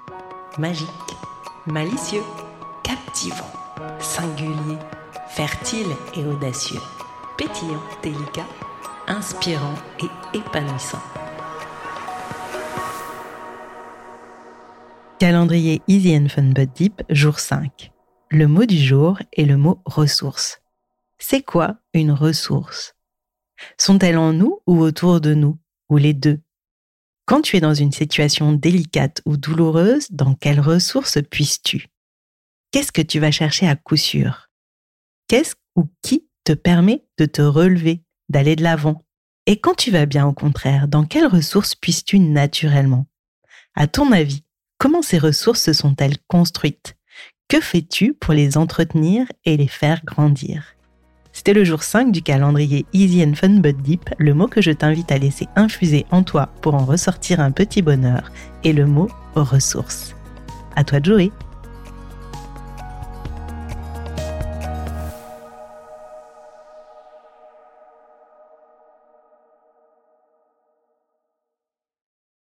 Magique, malicieux, captivant, singulier, fertile et audacieux, pétillant, délicat, inspirant et épanouissant. Calendrier Easy and Fun But Deep, jour 5. Le mot du jour est le mot ressource. C'est quoi une ressource ? Sont-elles en nous ou autour de nous, ou les deux ? Quand tu es dans une situation délicate ou douloureuse, dans quelle ressource puisses-tu ? Qu'est-ce que tu vas chercher à coup sûr ? Qu'est-ce ou qui te permet de te relever, d'aller de l'avant ? Et quand tu vas bien au contraire, dans quelles ressources puisses-tu naturellement ? À ton avis, comment ces ressources se sont-elles construites ? Que fais-tu pour les entretenir et les faire grandir ? C'était le jour 5 du calendrier Easy and Fun But Deep. Le mot que je t'invite à laisser infuser en toi pour en ressortir un petit bonheur est le mot ressources. À toi de jouer.